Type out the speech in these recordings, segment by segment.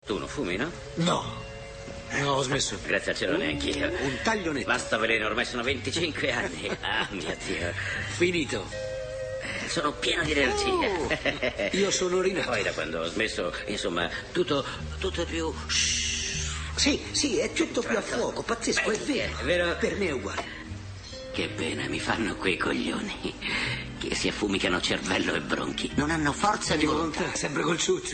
Tu non fumi, no? No, ho smesso. Grazie al cielo neanch'io. Un taglio netto. Basta veleno, ormai sono 25 anni. Ah, mio Dio. Finito. Sono pieno di energia. Io sono rinato. Poi da quando ho smesso, insomma, tutto è più... Sì, è tutto più a fuoco, pazzesco, è vero. È vero? Per me è uguale. Che pena mi fanno quei coglioni che si affumicano cervello e bronchi. Non hanno forza di volontà. Sempre col ciuccio.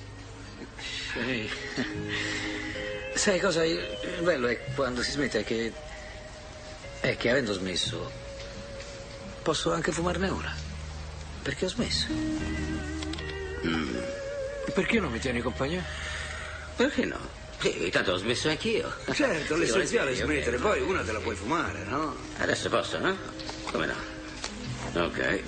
Sai cosa? Il bello è quando si smette è che avendo smesso posso anche fumarne ora. Perché ho smesso. Perché non mi tieni compagnia? Perché no? Sì, tanto ho smesso anch'io. Certo, Sì, l'essenziale è sì, smettere, ok. poi una te la puoi fumare, no? Adesso posso, no? Come no? Ok.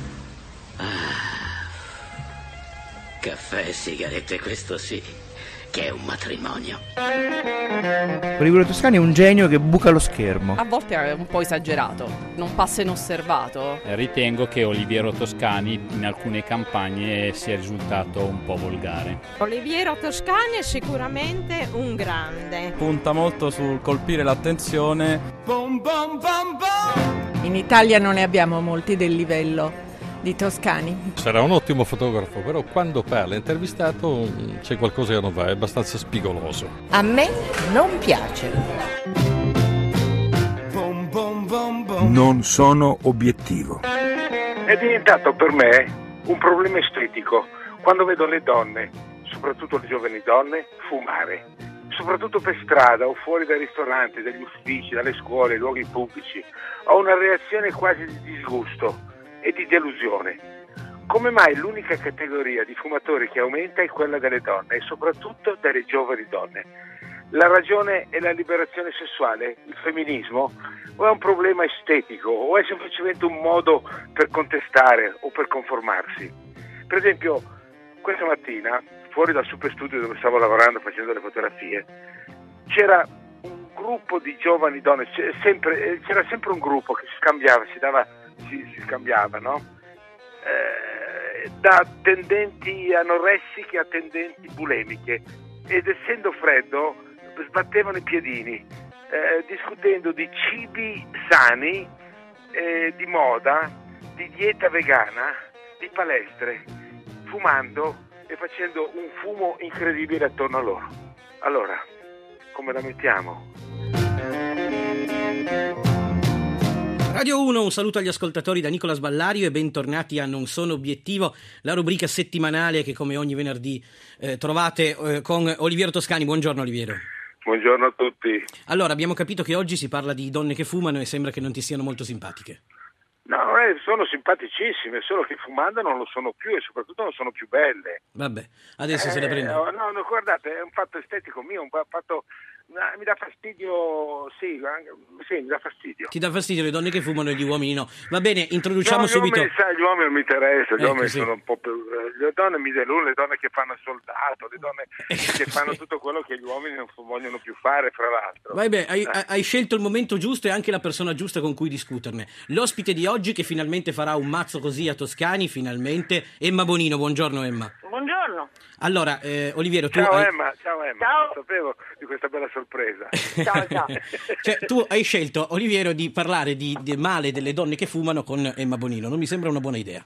Caffè e sigarette, questo sì, che è un matrimonio. Oliviero Toscani è un genio che buca lo schermo. A volte è un po' esagerato, non passa inosservato. Ritengo che Oliviero Toscani in alcune campagne sia risultato un po' volgare. Oliviero Toscani è sicuramente un grande. Punta molto sul colpire l'attenzione. In Italia non ne abbiamo molti del livello di Toscani. Sarà un ottimo fotografo, però quando parla intervistato c'è qualcosa che non va, è abbastanza spigoloso. A me non piace. Non sono obiettivo. È diventato per me un problema estetico quando vedo le donne, soprattutto le giovani donne, fumare. Soprattutto per strada o fuori dai ristoranti, dagli uffici, dalle scuole, luoghi pubblici. Ho una reazione quasi di disgusto e di delusione. Come mai l'unica categoria di fumatori che aumenta è quella delle donne e soprattutto delle giovani donne? La ragione è la liberazione sessuale, il femminismo, o è un problema estetico o è semplicemente un modo per contestare o per conformarsi? Per esempio, questa mattina, fuori dal super studio dove stavo lavorando facendo le fotografie, c'era un gruppo di giovani donne, c'era sempre un gruppo che si scambiava, no? Da tendenti anoressiche a tendenti bulemiche, ed essendo freddo sbattevano i piedini, discutendo di cibi sani, di moda, di dieta vegana, di palestre, fumando e facendo un fumo incredibile attorno a loro. Allora, come la mettiamo? Radio 1, un saluto agli ascoltatori da Nicola Sballario e bentornati a Non Sono Obiettivo, la rubrica settimanale che come ogni venerdì trovate con Oliviero Toscani. Buongiorno Oliviero. Buongiorno a tutti. Allora, abbiamo capito che oggi si parla di donne che fumano e sembra che non ti siano molto simpatiche. No, sono simpaticissime, solo che fumando non lo sono più e soprattutto non sono più belle. Vabbè, adesso se la prendo. No, guardate, è un fatto estetico mio, un fatto... Mi dà fastidio, sì, mi dà fastidio. Ti dà fastidio le donne che fumano e gli uomini no. Va bene, introduciamo subito. Gli uomini non mi interessano, gli uomini sì. sono un po' più... Le donne mi deludono, le donne che fanno il soldato, le donne che fanno tutto quello che gli uomini non vogliono più fare, fra l'altro. Vabbè, hai scelto il momento giusto e anche la persona giusta con cui discuterne. L'ospite di oggi che finalmente farà un mazzo così a Toscani, finalmente, Emma Bonino. Buongiorno Emma. Buongiorno. Allora, Oliviero, tu Ciao hai... Emma, Ciao. Non sapevo di questa bella sorpresa. Ciao. Cioè, tu hai scelto, Oliviero, di parlare di male delle donne che fumano con Emma Bonino. Non mi sembra una buona idea.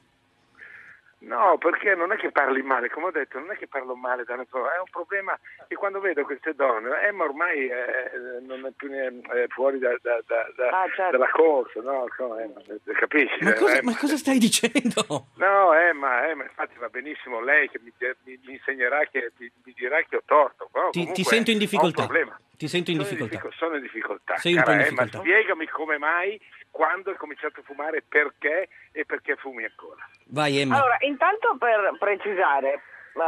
No, perché non è che parli male, come ho detto, non è che parlo male, è un problema che quando vedo queste donne, Emma ormai non è più fuori certo. dalla corsa, no? Emma, capisci? Ma cosa stai dicendo? No, Emma, infatti va benissimo lei che mi insegnerà, che mi dirà che ho torto. Però ti sento in difficoltà. Ho un problema. Ti sento in difficoltà. Sono in difficoltà. Sei un po' in Emma, difficoltà. spiegami come mai, quando hai cominciato a fumare, perché e perché fumi ancora. Vai Emma. Allora, intanto per precisare,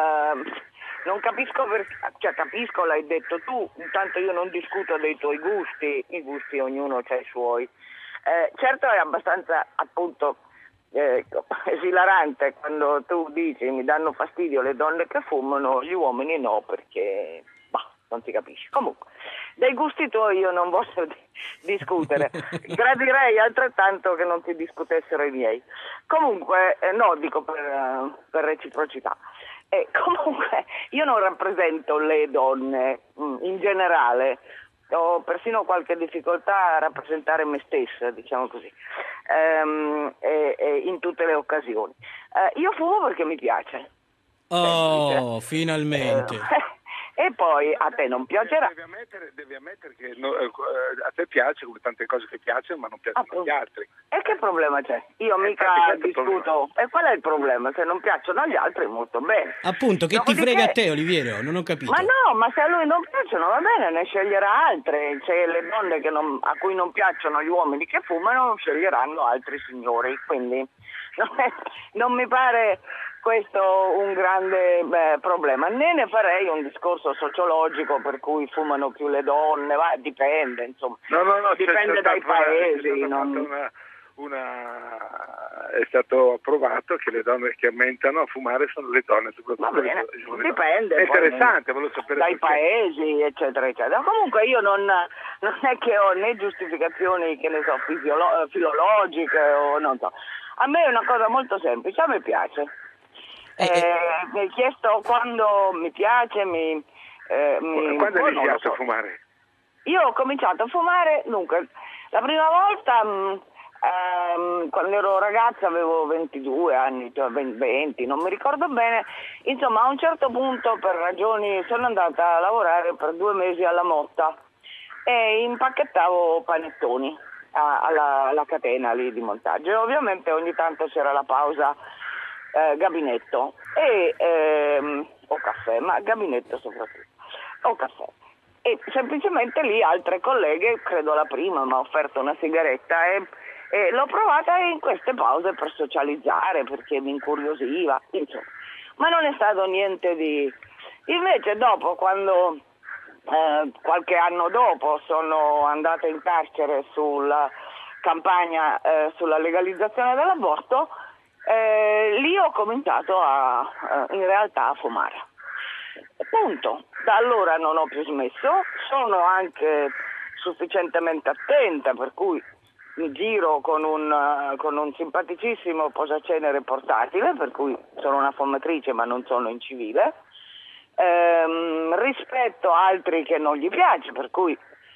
non capisco capisco, l'hai detto tu, intanto io non discuto dei tuoi gusti, i gusti ognuno ha i suoi. Certo è abbastanza, appunto, esilarante quando tu dici mi danno fastidio le donne che fumano, gli uomini no, perché non si capisce. Comunque, dei gusti tuoi io non voglio discutere, gradirei altrettanto che non ti discutessero i miei. Comunque, no, dico per reciprocità. Comunque io non rappresento le donne in generale, ho persino qualche difficoltà a rappresentare me stessa, diciamo così, in tutte le occasioni. Io fumo perché mi piace. Oh, finalmente. E poi a te non piacerà. Devi ammettere che a te piace, come tante cose che piacciono, ma non piacciono agli altri. E che problema c'è? Io mica discuto. E qual è il problema? Se non piacciono agli altri, molto bene. Appunto, che ti frega a te, Oliviero? Non ho capito. Ma no, ma se a lui non piacciono, va bene, ne sceglierà altre. Cioè, le donne a cui non piacciono gli uomini che fumano sceglieranno altri signori. Quindi non mi pare questo un grande problema, né ne farei un discorso sociologico per cui fumano più le donne, dipende, insomma, dipende dai paesi. È stato approvato che le donne che aumentano a fumare sono le donne, soprattutto dipende, è interessante, volevo sapere dai paesi, eccetera, eccetera. Comunque io non è che ho né giustificazioni, che ne so, filologiche o non so. A me è una cosa molto semplice, a me piace. Mi hai chiesto quando mi piace, quando hai iniziato a fumare? Io ho cominciato a fumare, dunque, la prima volta quando ero ragazza avevo 22 anni, cioè 20, non mi ricordo bene, insomma a un certo punto per ragioni sono andata a lavorare per 2 mesi alla Motta e impacchettavo panettoni alla catena lì di montaggio e ovviamente ogni tanto c'era la pausa gabinetto o caffè, ma gabinetto soprattutto, o caffè. E semplicemente lì altre colleghe, credo la prima, mi ha offerto una sigaretta e l'ho provata in queste pause per socializzare, perché mi incuriosiva, insomma. Ma non è stato niente di... Invece dopo, quando qualche anno dopo sono andata in carcere sulla campagna sulla legalizzazione dell'aborto, lì ho cominciato in realtà a fumare. Punto. Da allora non ho più smesso, sono anche sufficientemente attenta, per cui mi giro con un simpaticissimo posacenere portatile, per cui sono una fumatrice ma non sono in civile. Rispetto altri che non gli piace, per cui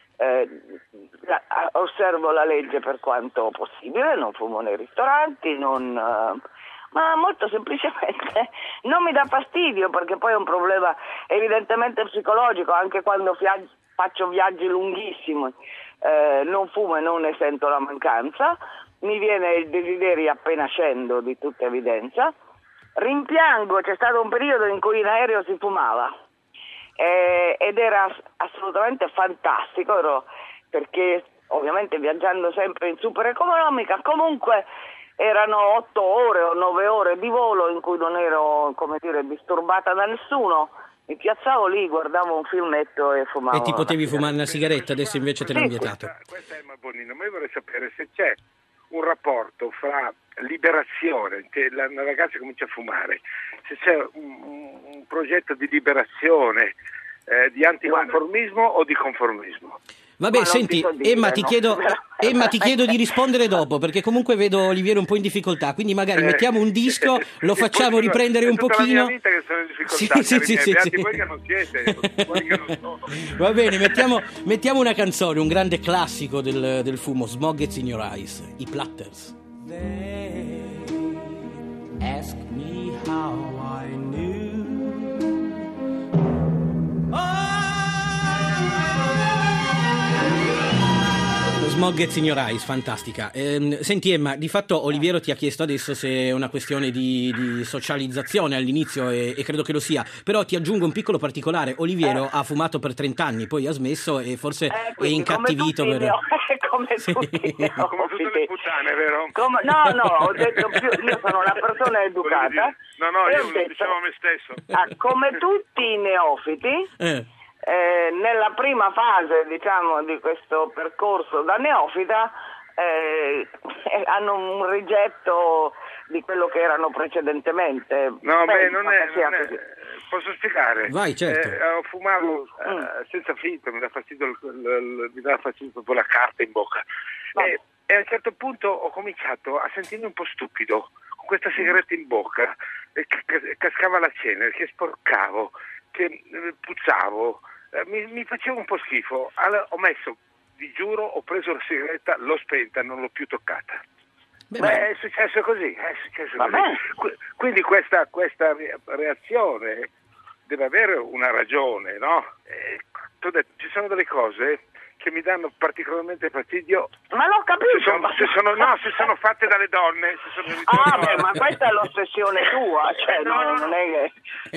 osservo la legge per quanto possibile, non fumo nei ristoranti, ma molto semplicemente non mi dà fastidio, perché poi è un problema evidentemente psicologico. Anche quando faccio viaggi lunghissimi non fumo e non ne sento la mancanza, mi viene il desiderio appena scendo, di tutta evidenza. Rimpiango, c'è stato un periodo in cui in aereo si fumava ed era assolutamente fantastico, perché ovviamente viaggiando sempre in super economica, comunque erano 8 ore o 9 ore di volo in cui non ero, come dire, disturbata da nessuno. Mi piazzavo lì, guardavo un filmetto e fumavo. E ti potevi fumare una sigaretta, adesso invece te l'hanno vietato. Questa è Emma Bonino, ma io vorrei sapere se c'è un rapporto fra liberazione, che la ragazza comincia a fumare, se c'è un progetto di liberazione, di anticonformismo o di conformismo. Vabbè, senti, Emma, ti chiedo di rispondere dopo, perché comunque vedo Oliviero un po' in difficoltà, quindi magari mettiamo un disco, lo facciamo riprendere un pochino. È tutta la mia vita che sono in difficoltà, sì. voi che non siete, voi che non sono. Va bene, mettiamo una canzone, un grande classico del fumo, Smog Gets in Your Eyes, i Platters. They ask me how I knew. Smog Gets in Your Eyes, fantastica. Senti Emma, di fatto Oliviero ti ha chiesto adesso se è una questione di socializzazione all'inizio e credo che lo sia, però ti aggiungo un piccolo particolare. Oliviero ha fumato per 30 anni, poi ha smesso e forse è incattivito come tutte le puttane, vero? No, ho detto io sono una persona educata. Io lo dicevo a me stesso. Come tutti i neofiti, nella prima fase, diciamo, di questo percorso da neofita hanno un rigetto di quello che erano precedentemente. Posso spiegare? Vai, certo. Fumavo senza filtro, mi dà fastidio proprio la carta in bocca. E a un certo punto ho cominciato a sentirmi un po' stupido, con questa sigaretta in bocca, cascava la cenere, che sporcavo, che puzzavo, mi faceva un po' schifo. Allora, vi giuro, ho preso la sigaretta, l'ho spenta, non l'ho più toccata. È successo così, Quindi questa reazione deve avere una ragione, no? T'ho detto, ci sono delle cose che mi danno particolarmente fastidio. Ma l'ho capito. Se sono fatte dalle donne. Ma questa è l'ossessione tua, non è che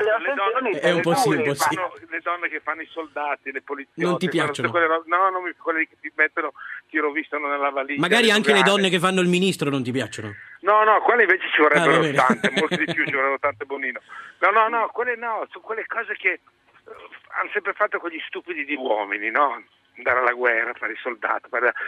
è un po' sì. Le donne che fanno i soldati, le poliziotti. Non ti piacciono? Quelle che ti mettono, ti rovistano nella valigia. Magari anche le donne che fanno il ministro non ti piacciono? No, quelle invece ci vorrebbero tante, molto di più, ci vorrebbero tante Bonino. No, quelle no, sono quelle cose che hanno sempre fatto con gli stupidi di uomini, no? Andare alla guerra, fare i soldati,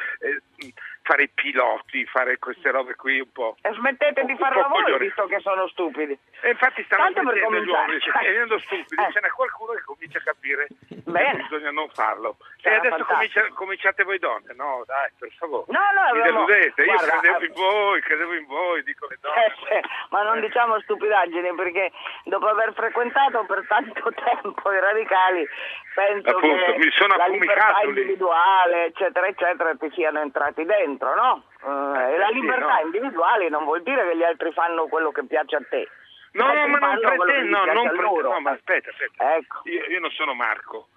fare i piloti, fare queste robe qui un po'. E smettete di far lavoro visto che sono stupidi. E infatti stanno smettendo gli uomini, venendo stupidi, ce n'è qualcuno che comincia a capire che bisogna non farlo. E adesso cominciate voi donne, no dai, per favore. Mi deludete, io credevo in voi, dico le donne. Ma non diciamo stupidaggini, perché dopo aver frequentato per tanto tempo i radicali, penso che mi sono la libertà individuale, eccetera, eccetera, ti siano entrati dentro, no? E la libertà individuale non vuol dire che gli altri fanno quello che piace a te. No, ma non pretendo, ma aspetta. Ecco. Io non sono Marco.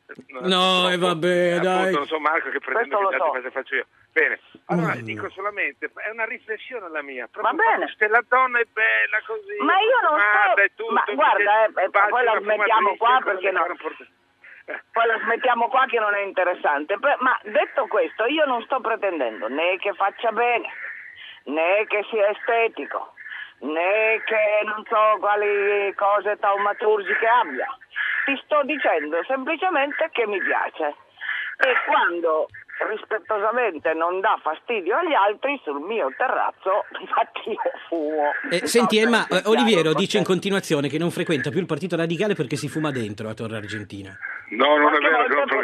No, e vabbè, dai. Non sono Marco che pretendo che gli altri cosa faccio io. Bene, allora dico solamente, è una riflessione la mia. Va bene. Se la donna è bella così, ma io non so. Ma guarda, poi la smettiamo qua perché no. Poi la smettiamo qua che non è interessante. Ma detto questo, io non sto pretendendo né che faccia bene, né che sia estetico, né che non so quali cose taumaturgiche abbia. Ti sto dicendo semplicemente che mi piace. E quando rispettosamente non dà fastidio agli altri, sul mio terrazzo infatti io fumo. Senti Emma, Oliviero dice in continuazione che non frequenta più il Partito Radicale perché si fuma dentro a Torre Argentina. No, non è vero.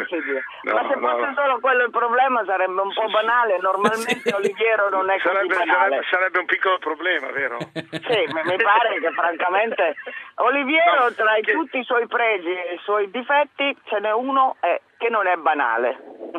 Ma se fosse solo quello il problema sarebbe un po' banale. Normalmente Oliviero non è così banale. Sarebbe un piccolo problema, vero? Sì, mi pare che francamente Oliviero tra tutti i suoi pregi e i suoi difetti ce n'è uno che non è banale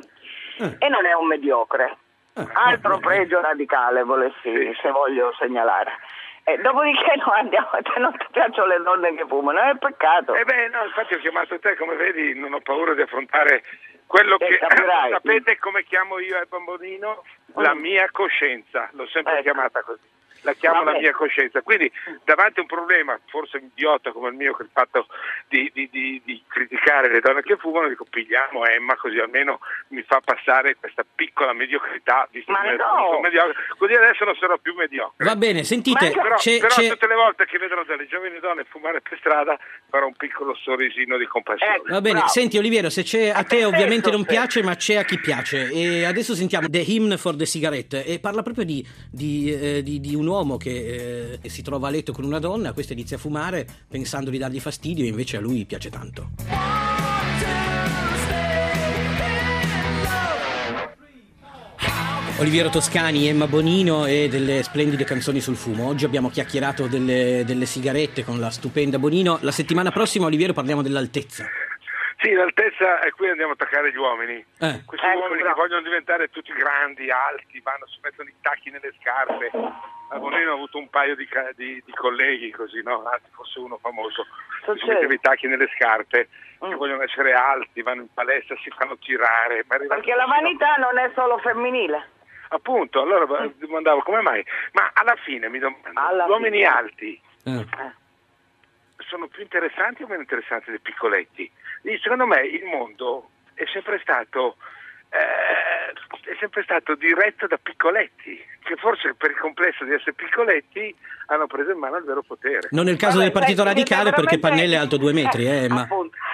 e non è un mediocre. Altro pregio radicale se voglio segnalare. Dopodiché non ti piacciono le donne che fumano, è peccato. No, infatti ho chiamato te, come vedi, non ho paura di affrontare quello che sapete come chiamo io a Bambonino? La mia coscienza, l'ho sempre chiamata così. La chiamo la mia coscienza. Quindi davanti a un problema forse idiota come il mio, che il fatto di criticare le donne che fumano, dico pigliamo Emma così almeno mi fa passare questa piccola mediocrità, visto che sono mediocre, così adesso non sarò più mediocre. Va bene, sentite, però tutte le volte che vedrò delle giovani donne fumare per strada farò un piccolo sorrisino di compassione. Va bene, bravo. Senti Oliviero, se a te ovviamente non piace, ma c'è a chi piace. E adesso sentiamo The Hymn for the Cigarette e parla proprio di un uomo che si trova a letto con una donna, questa inizia a fumare pensando di dargli fastidio e invece a lui piace tanto. Oliviero Toscani, Emma Bonino e delle splendide canzoni sul fumo. Oggi abbiamo chiacchierato delle sigarette con la stupenda Bonino. La settimana prossima, Oliviero, parliamo dell'altezza. Sì, l'altezza, e qui andiamo a attaccare gli uomini. Questi uomini che vogliono diventare tutti grandi, alti, si mettono i tacchi nelle scarpe. A Bonino ho avuto un paio di colleghi così, no? Anzi, forse uno famoso, si metteva i tacchi nelle scarpe, che vogliono essere alti, vanno in palestra, si fanno tirare. Perché la vanità non è solo femminile. Appunto, allora domandavo come mai, ma alla fine mi domando, gli uomini alti sono più interessanti o meno interessanti dei piccoletti? Secondo me il mondo è sempre stato diretto da piccoletti, che forse per il complesso di essere piccoletti hanno preso in mano il vero potere. Non è il caso del Partito Radicale perché Pannella è alto 2 metri, ma...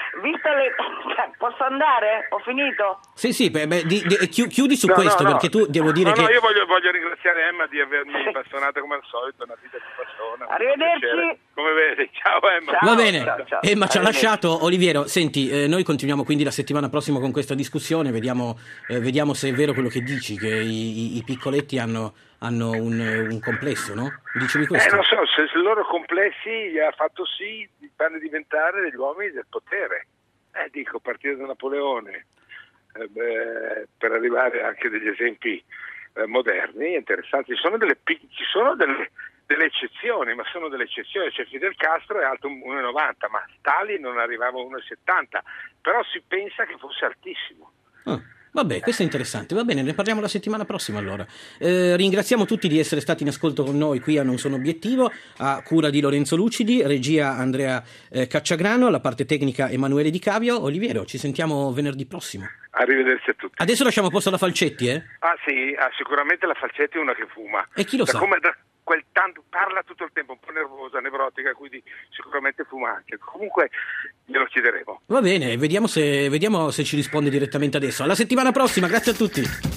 Posso andare? Ho finito? Sì, chiudi su questo, perché tu devo dire che... No, io voglio ringraziare Emma di avermi bastonata come al solito, una vita di bastona. Arrivederci. Come vedi, ciao Emma. Va bene, ciao. Emma ci ha lasciato. Oliviero, senti, noi continuiamo quindi la settimana prossima con questa discussione, vediamo se è vero quello che dici, che i piccoletti hanno hanno un complesso, no? Dicevi questo? Non so, se i loro complessi gli ha fatto sì di farli diventare degli uomini del potere. Dico, partire da Napoleone, per arrivare anche degli esempi moderni, interessanti. Ci sono delle eccezioni, ma sono delle eccezioni. Cioè Fidel Castro è alto 1,90, ma Stalin non arrivava a 1,70, però si pensa che fosse altissimo. Vabbè, questo è interessante. Va bene, ne parliamo la settimana prossima allora. Ringraziamo tutti di essere stati in ascolto con noi qui a Non Sono Obiettivo, a cura di Lorenzo Lucidi, regia Andrea Cacciagrano, alla parte tecnica Emanuele Di Cavio. Oliviero, ci sentiamo venerdì prossimo. Arrivederci a tutti. Adesso lasciamo posto alla Falcetti, eh? Sì, sicuramente la Falcetti è una che fuma. E chi lo sa? Quel tanto parla tutto il tempo, un po' nervosa, nevrotica, quindi sicuramente fuma anche. Comunque glielo chiederemo. Va bene, vediamo se ci risponde direttamente adesso. Alla settimana prossima, grazie a tutti.